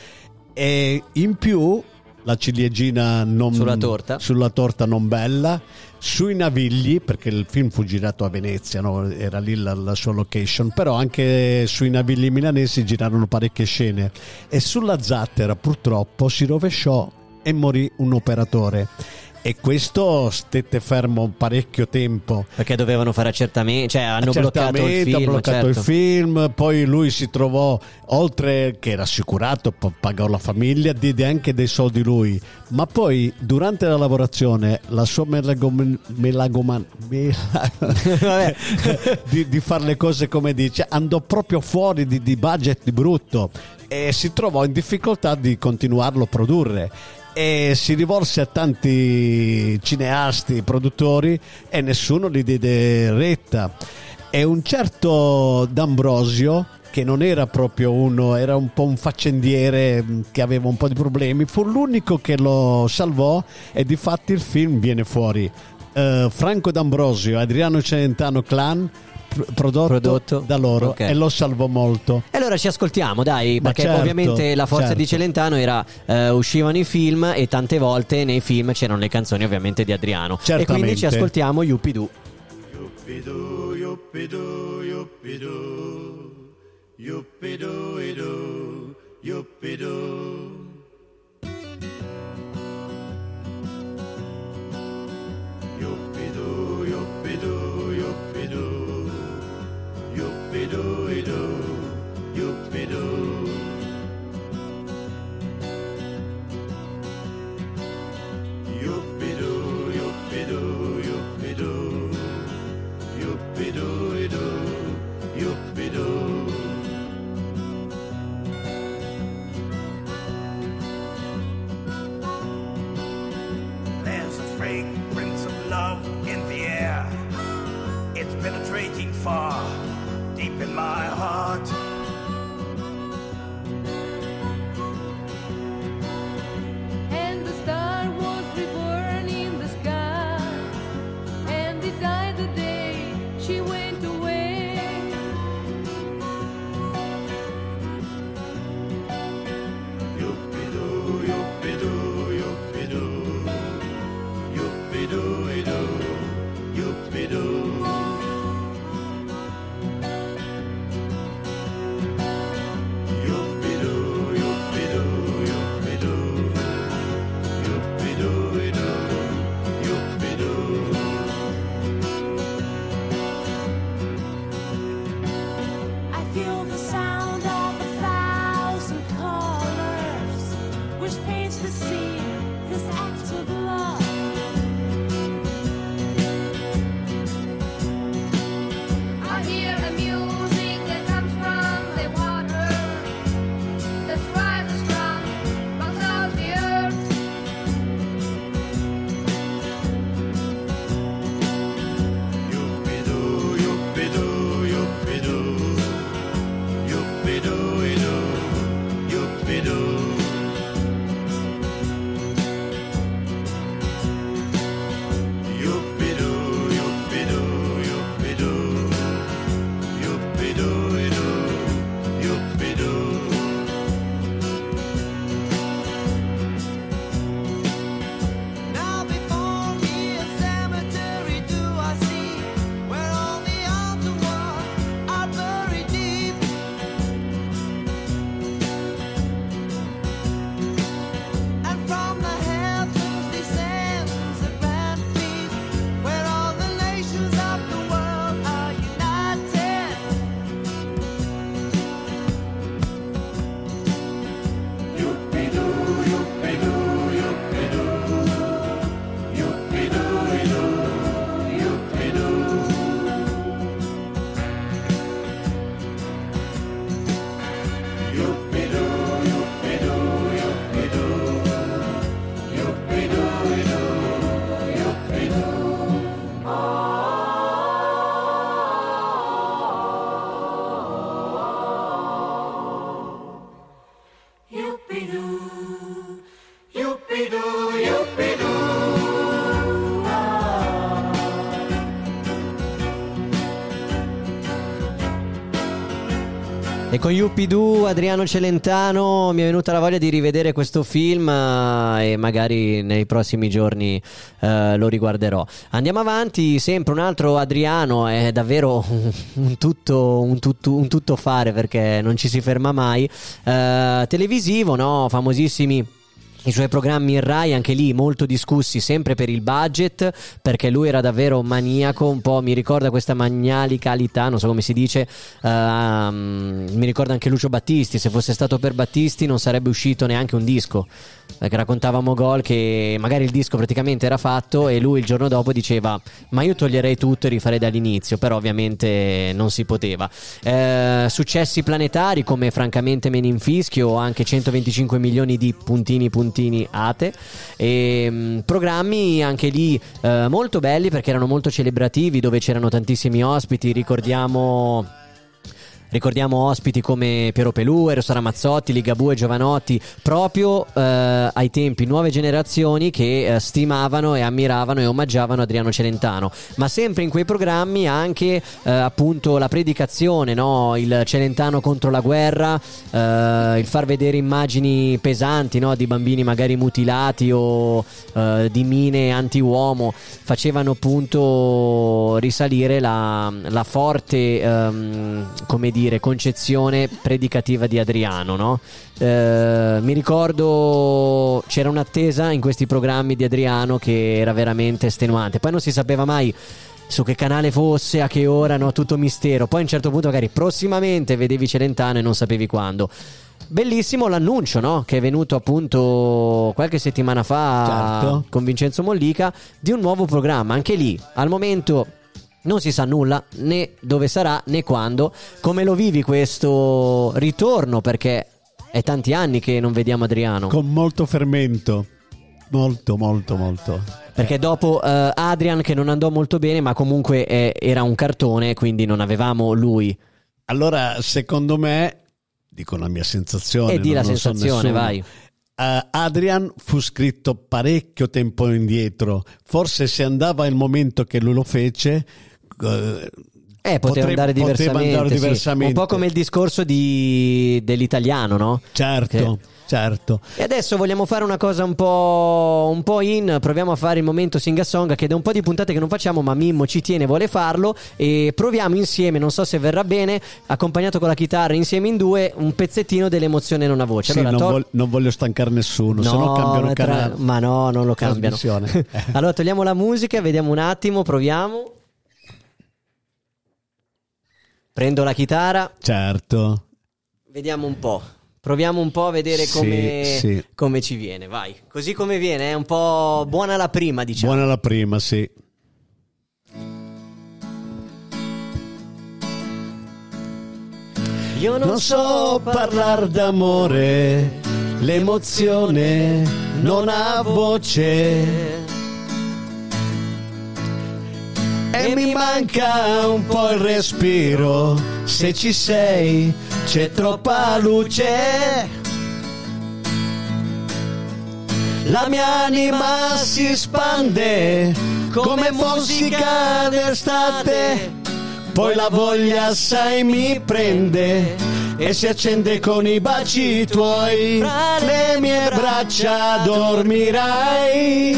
e in più la ciliegina non, Sulla torta. sulla torta non bella, sui Navigli, perché il film fu girato a Venezia, no? Era lì la, la sua location, però anche sui Navigli milanesi girarono parecchie scene, e sulla zattera purtroppo si rovesciò e morì un operatore, e questo stette fermo parecchio tempo. Perché dovevano fare accertamenti, cioè hanno bloccato il Accertamento, film. ha bloccato certo. il film, poi lui si trovò, oltre che era assicurato, p- pagò la famiglia, diede anche dei soldi lui, ma poi durante la lavorazione la sua melagom- melagoman- mela- di, di fare le cose come dice, andò proprio fuori di, di budget di brutto, e si trovò in difficoltà di continuarlo a produrre, e si rivolse a tanti cineasti, produttori, e nessuno gli diede retta. E un certo D'Ambrosio, che non era proprio uno, era un po' un faccendiere che aveva un po' di problemi, fu l'unico che lo salvò, e difatti il film viene fuori uh, Franco D'Ambrosio, Adriano Celentano Clan, prodotto, Prodotto. da loro, Ok. e lo salvò molto. E allora ci ascoltiamo, dai, Ma perché certo, ovviamente la forza certo. di Celentano era eh, uscivano i film e tante volte nei film c'erano le canzoni ovviamente di Adriano. E Certamente. quindi ci ascoltiamo Yuppie-Doo. Yuppie-doo, yuppie-doo, yuppie-doo, yuppie-doo-doo, yuppie-doo. Yuppie-doo, yuppie-doo, yuppie-doo, yuppie-doo-doo, yuppie-doo. Yuppie-doo, yuppie-doo, yuppie-doo, yuppie-doo-doo, yuppie-doo. There's a fragrance of love in the air. It's penetrating far, deep in my heart. And the star was reborn in the sky, and it died the day she went away. Yuppie-doo, yuppie-doo, yuppie-doo, yuppie-doo-doo, yuppie-doo. Yuppie-doo, yuppie-doo, yuppie-doo, yuppie-doo-doo, yuppie-doo. I feel the sound of a thousand colors, which paints the scene, this act of love. I hear a music that comes from the water, that rises from both of the earth. Yuppie-doo, yuppie-doo, yuppie-doo, yuppie-doo-doo, yuppie-doo. Yuppie-doo, yuppie-doo, yuppie-doo, yuppie-doo-doo, yuppie-doo. Now before me a cemetery do I see, where all the other ones are buried deep. And from the heavens descends a grand peace, where all the nations of the world are united. Yuppie-doo, yuppie-doo, yuppie-doo, yuppie-doo-doo, yuppie-doo. Yuppie-doo, yuppie-doo, yuppie-doo, yuppie-doo-doo, yuppie-doo. Yuppie-doo, yuppie-doo, yuppie-doo. E con Yuppie-Doo, Adriano Celentano, mi è venuta la voglia di rivedere questo film eh, e magari nei prossimi giorni eh, lo riguarderò. Andiamo avanti, sempre un altro Adriano, è davvero un, un tutto, un, tutto, un tutto fare, perché non ci si ferma mai. Eh, televisivo, no? Famosissimi i suoi programmi in Rai, anche lì molto discussi, sempre per il budget, perché lui era davvero maniaco, un po' mi ricorda questa manialicalità, non so come si dice, ehm, mi ricorda anche Lucio Battisti. Se fosse stato per Battisti non sarebbe uscito neanche un disco, perché raccontava Mogol che magari il disco praticamente era fatto e lui il giorno dopo diceva ma io toglierei tutto e rifarei dall'inizio, però ovviamente non si poteva. Eh, successi planetari come Francamente me ne infischio, o anche centoventicinque milioni di puntini puntini Contini Ate, e mh, programmi anche lì eh, molto belli perché erano molto celebrativi, dove c'erano tantissimi ospiti. Ricordiamo Ricordiamo ospiti come Piero Pelù, Eros Ramazzotti, Ligabue, Giovanotti, proprio eh, ai tempi nuove generazioni che eh, stimavano e ammiravano e omaggiavano Adriano Celentano. Ma sempre in quei programmi anche eh, appunto la predicazione, no? Il Celentano contro la guerra, eh, il far vedere immagini pesanti, no? Di bambini magari mutilati o eh, di mine anti-uomo, facevano appunto risalire la, la forte ehm, come dire concezione predicativa di Adriano, no? Eh, mi ricordo c'era un'attesa in questi programmi di Adriano che era veramente estenuante, poi non si sapeva mai su che canale fosse, a che ora, no? Tutto mistero. Poi a un certo punto magari prossimamente vedevi Celentano e non sapevi quando. Bellissimo l'annuncio, no? Che è venuto appunto qualche settimana fa, certo, con Vincenzo Mollica, di un nuovo programma. Anche lì al momento non si sa nulla, né dove sarà né quando. Come lo vivi questo ritorno? Perché è tanti anni che non vediamo Adriano. Con molto fermento, molto molto molto. Perché dopo uh, Adrian, che non andò molto bene, ma comunque eh, era un cartone, quindi non avevamo lui. Allora, secondo me, dico la mia sensazione, E di la non lo so sensazione, nessuno. vai. Uh, Adrian fu scritto parecchio tempo indietro. Forse se andava il momento che lui lo fece, uh, Eh, poteva potrebbe- andare poteva diversamente, andare sì. diversamente. Un po' come il discorso di, dell'italiano, no? Certo, certo. E adesso vogliamo fare una cosa un po', un po' in, proviamo a fare il momento Sing-a-Song, che è da un po' di puntate che non facciamo, ma Mimmo ci tiene, vuole farlo, e proviamo insieme, non so se verrà bene, accompagnato con la chitarra insieme in due, un pezzettino dell'emozione non a voce. Sì, Allora, non, to- vol- non voglio stancare nessuno, se no cambiano ma tra- canale. ma no, non lo cambiano. Trasmissione. Allora togliamo la musica, vediamo un attimo, proviamo. Prendo la chitarra, Certo. vediamo un po'. Proviamo un po' a vedere Sì, come, sì. come ci viene, vai. Così come viene, è un po' buona la prima, diciamo. Buona la prima, sì. Io non, Non so parlare d'amore, l'emozione non ha voce. E mi manca un po' il respiro, se ci sei c'è troppa luce. La mia anima si spande come musica d'estate, poi la voglia sai mi prende e si accende con i baci tuoi. Fra le mie braccia dormirai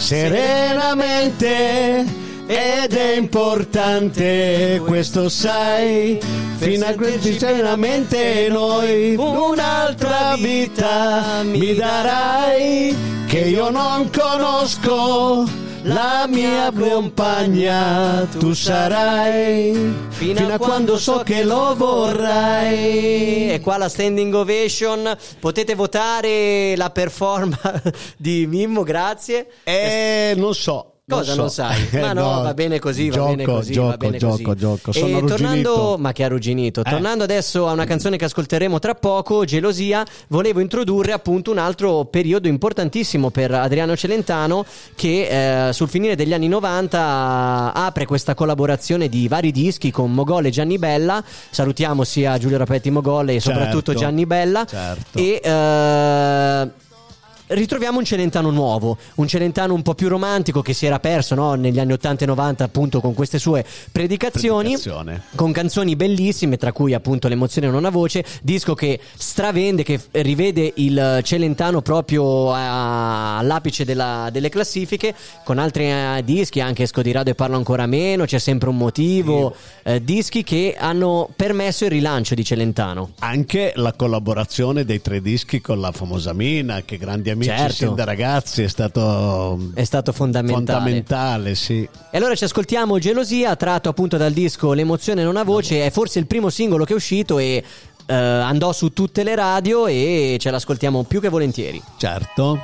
serenamente, ed è importante, questo sai, fino a che serenamente noi un'altra vita mi darai, che io non conosco, la mia compagna tu sarai, fino a quando so che lo vorrai. E qua la standing ovation, potete votare la performance di Mimmo, grazie. Eh, non so. Cosa so. non sai? Ma Eh, no, va bene così, va gioco, bene così, gioco, va bene gioco, così. gioco. Sono E arrugginito. tornando, ma che arrugginito. Eh. Tornando adesso a una canzone che ascolteremo tra poco, Gelosia, volevo introdurre appunto un altro periodo importantissimo per Adriano Celentano, che eh, sul finire degli anni novanta apre questa collaborazione di vari dischi con Mogol e Gianni Bella. Salutiamo sia Giulio Rapetti Mogol e soprattutto Certo, Gianni Bella. certo. E eh, ritroviamo un Celentano nuovo, un Celentano un po' più romantico, che si era perso, no, negli anni ottanta e novanta appunto con queste sue predicazioni, Predicazione. con canzoni bellissime, tra cui appunto L'emozione non ha voce, disco che stravende, che rivede il Celentano proprio a- all'apice della- delle classifiche, con altri eh, dischi, anche Esco di Rado e Parlo ancora meno, C'è sempre un motivo, eh, dischi che hanno permesso il rilancio di Celentano. Anche la collaborazione dei tre dischi con la famosa Mina, che grandi amici Certo. sin da ragazzi, è stato È stato fondamentale. fondamentale, sì. E allora ci ascoltiamo Gelosia, tratto appunto dal disco L'emozione non ha voce, è forse il primo singolo che è uscito e eh, andò su tutte le radio e ce l'ascoltiamo più che volentieri. Certo.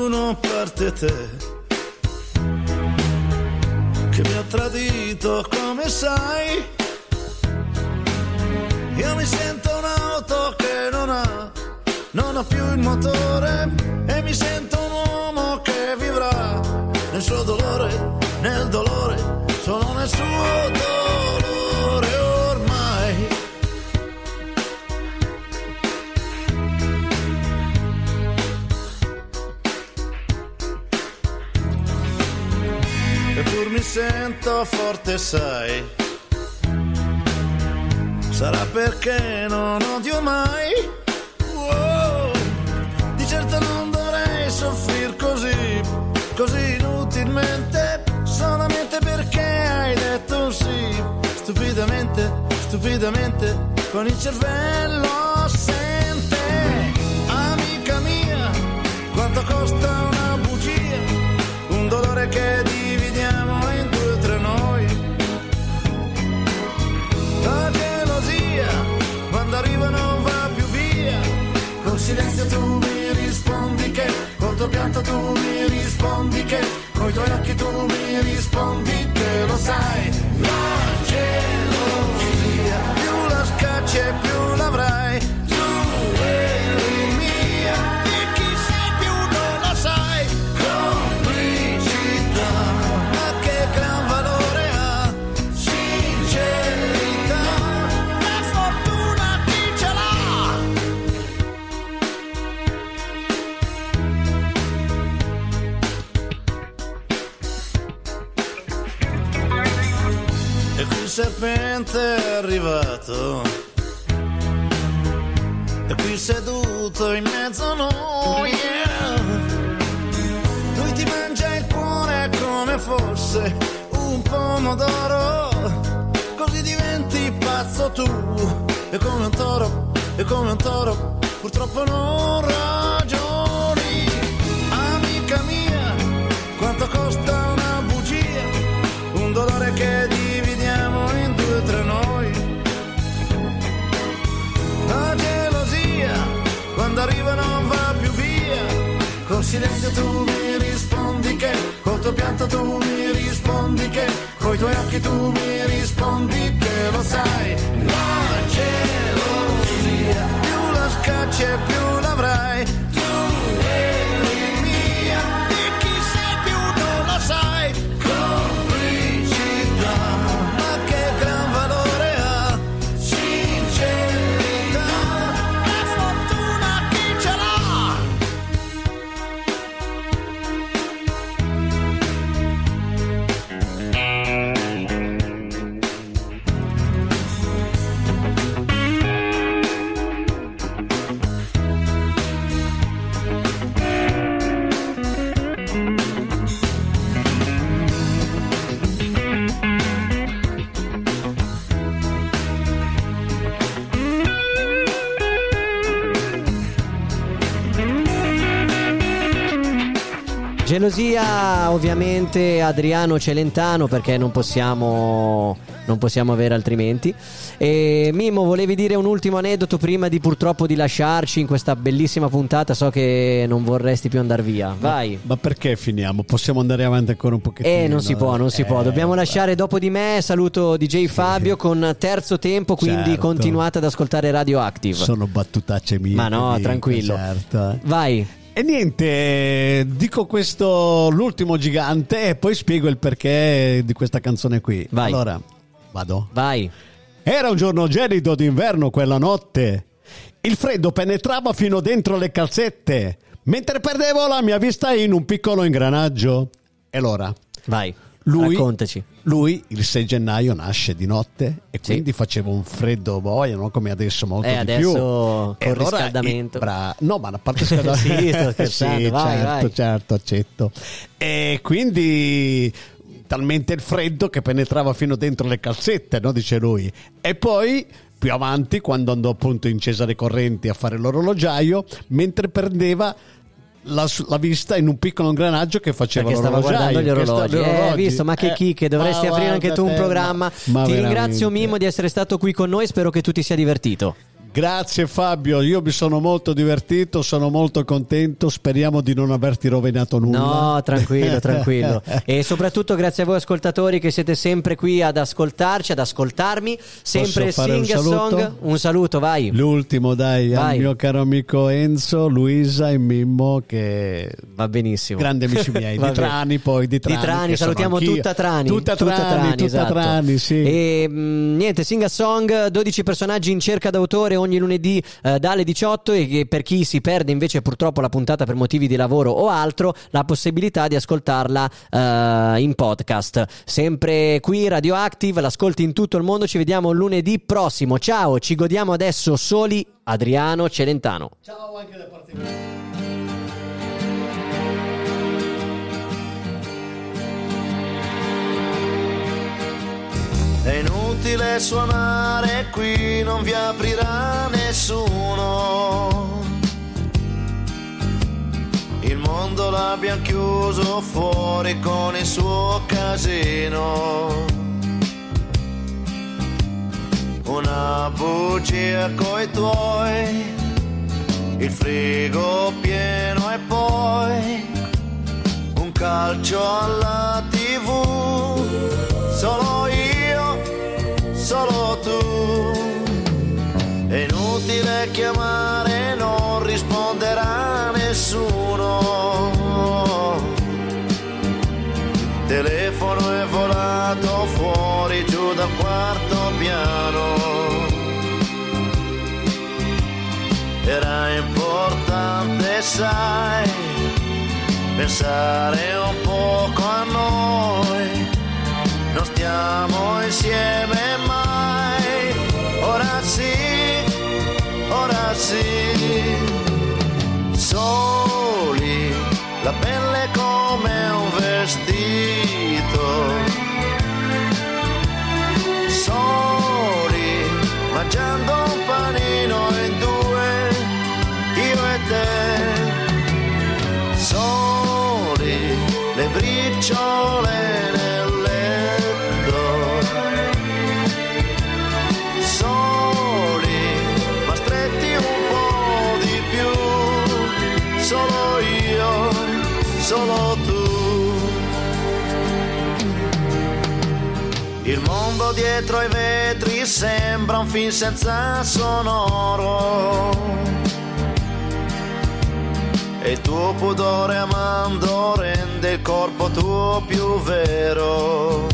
nessuno a parte te, che mi ha tradito come sai. Io mi sento un'auto che non ha, non ha più il motore, e mi sento un uomo che vivrà nel suo dolore, nel dolore, solo nel suo dolore ormai. Eppur mi sento forte, sai, sarà perché non odio mai. Wow. Di certo non dovrei soffrir così, così inutilmente, solamente perché hai detto un sì. Stupidamente, stupidamente, con il cervello assente. Amica mia, quanto costa una bugia, un dolore che dividiamo in due tra noi. La gelosia, quando arriva non va più via. Col silenzio tu mi rispondi che, col tuo pianto tu mi rispondi che, coi tuoi occhi tu mi rispondi che lo sai. La gelosia, più la scacci e più l'avrai. Tu eri mia, e chi sei più non lo sai. Complicità, ma che gran valore ha. Sincerità, la fortuna chi ce l'ha. E qui il serpente è arrivato, e qui seduto in mezzo a noi, yeah. Lui ti mangia il cuore come fosse un pomodoro, così diventi pazzo tu, e come un toro, e come un toro, purtroppo non ragioni. Amica mia, quanto costa una bugia, un dolore che dividiamo in due tra noi. La gelosia, quando arriva non va più via. Col silenzio tu mi rispondi che, col tuo pianto tu mi rispondi che, coi tuoi occhi tu mi rispondi che lo sai. La gelosia, più la scacci e più l'avrai. Tu eri mia, e chi sei più non lo sai. Complicità, ma che gran valore ha. Sincerità, la fortuna chi ce l'ha. Gelosia, ovviamente Adriano Celentano, perché non possiamo non possiamo avere altrimenti. E Mimmo, volevi dire un ultimo aneddoto prima di purtroppo di lasciarci in questa bellissima puntata? So che non vorresti più andare via. Vai. Ma, ma perché finiamo? Possiamo andare avanti ancora un pochettino? Eh, non si può, non si eh, può. Dobbiamo beh. lasciare dopo di me. Saluto D J Fabio con Terzo Tempo, quindi Certo. continuate ad ascoltare Radioactive. Sono battutacce mie. Ma no, dico, tranquillo. certo, eh. Vai. E niente, dico questo, l'ultimo gigante, e poi spiego il perché di questa canzone qui. Vai. Allora, vado. Vai. Era un giorno gelido d'inverno quella notte. Il freddo penetrava fino dentro le calzette, mentre perdevo la mia vista in un piccolo ingranaggio. E allora, Vai. lui, Raccontaci. lui il sei gennaio nasce di notte e Sì. quindi faceva un freddo boia, no? Come adesso, molto Eh, di adesso più. col E allora riscaldamento. il- bra- no, ma a parte scaldamento. Sì, sto scherzando, Sì, vai, certo, vai. certo, accetto. E quindi talmente il freddo che penetrava fino dentro le calzette, no? Dice lui. E poi più avanti, quando andò appunto in Cesare Correnti a fare l'orologiaio, mentre perdeva la, la vista in un piccolo ingranaggio che faceva Perché stava l'orologiaio. guardando gli che sta- orologi. gli Eh, orologi. visto, ma che Eh, chicche, dovresti ma aprire anche tu un guarda te, programma. ma- ma Ti veramente. ringrazio Mimmo di essere stato qui con noi, spero che tu ti sia divertito. Grazie Fabio, io mi sono molto divertito, sono molto contento, speriamo di non averti rovinato nulla. No, tranquillo, tranquillo. E soprattutto grazie a voi ascoltatori che siete sempre qui ad ascoltarci, ad ascoltarmi, sempre Posso fare un Sing a saluto? Song. Un saluto, vai. L'ultimo dai, Vai. al mio caro amico Enzo, Luisa e Mimmo, che Va benissimo. grandi amici miei, Va di bene. Trani poi, di Trani. Di Trani, che sono salutiamo anch'io. tutta Trani. Tutta Trani, tutta esatto. Trani, sì. E mh, niente, Sing a Song, dodici personaggi in cerca d'autore ogni lunedì eh, dalle diciotto, e che per chi si perde invece purtroppo la puntata per motivi di lavoro o altro, la possibilità di ascoltarla eh, in podcast. Sempre qui Radioactive, l'ascolti in tutto il mondo, ci vediamo lunedì prossimo. Ciao, ci godiamo adesso soli Adriano Celentano. Ciao anche da parte mia. È inutile suonare qui, non vi aprirà nessuno. Il mondo l'abbiamo chiuso fuori con il suo casino. Una bugia coi tuoi, il frigo pieno e poi un calcio alla tivù. Solo io, solo tu. È inutile chiamare, non risponderà nessuno. Il telefono è volato fuori giù dal quarto piano. Era importante, sai, pensare un poco a noi. Non stiamo insieme mai. Ora sì, ora sì. Soli, la pelle come un vestito. Soli, mangiando un panino in due, io e te. Soli, le briciole nel letto. Soli, ma stretti un po' di più. Solo io, solo tu. Il mondo dietro ai vetri sembra un film senza sonoro. E il tuo pudore amando rende il corpo tuo più vero.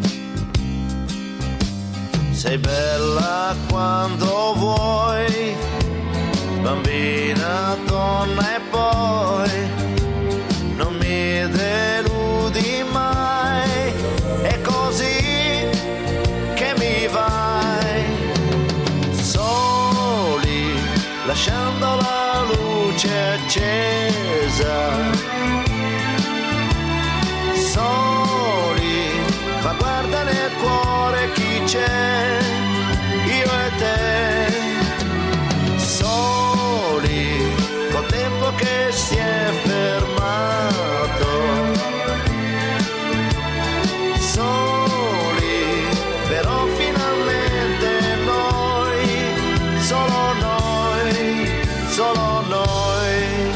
Sei bella quando vuoi, bambina, donna e poi non mi deludi mai. È così che mi vai. Soli, lasciando la luce accesa. Soli, ma guarda nel cuore chi c'è, io e te. Soli, col tempo che si è fermato. Soli, però finalmente noi, solo noi, solo noi.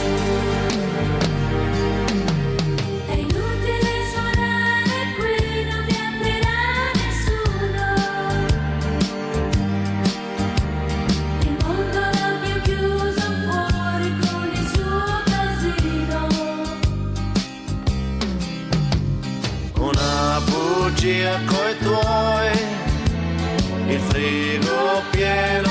È inutile suonare qui, non vi aprirà nessuno. Il mondo l'abbiamo chiuso fuori con il suo casino. Una bugia coi tuoi, il frigo pieno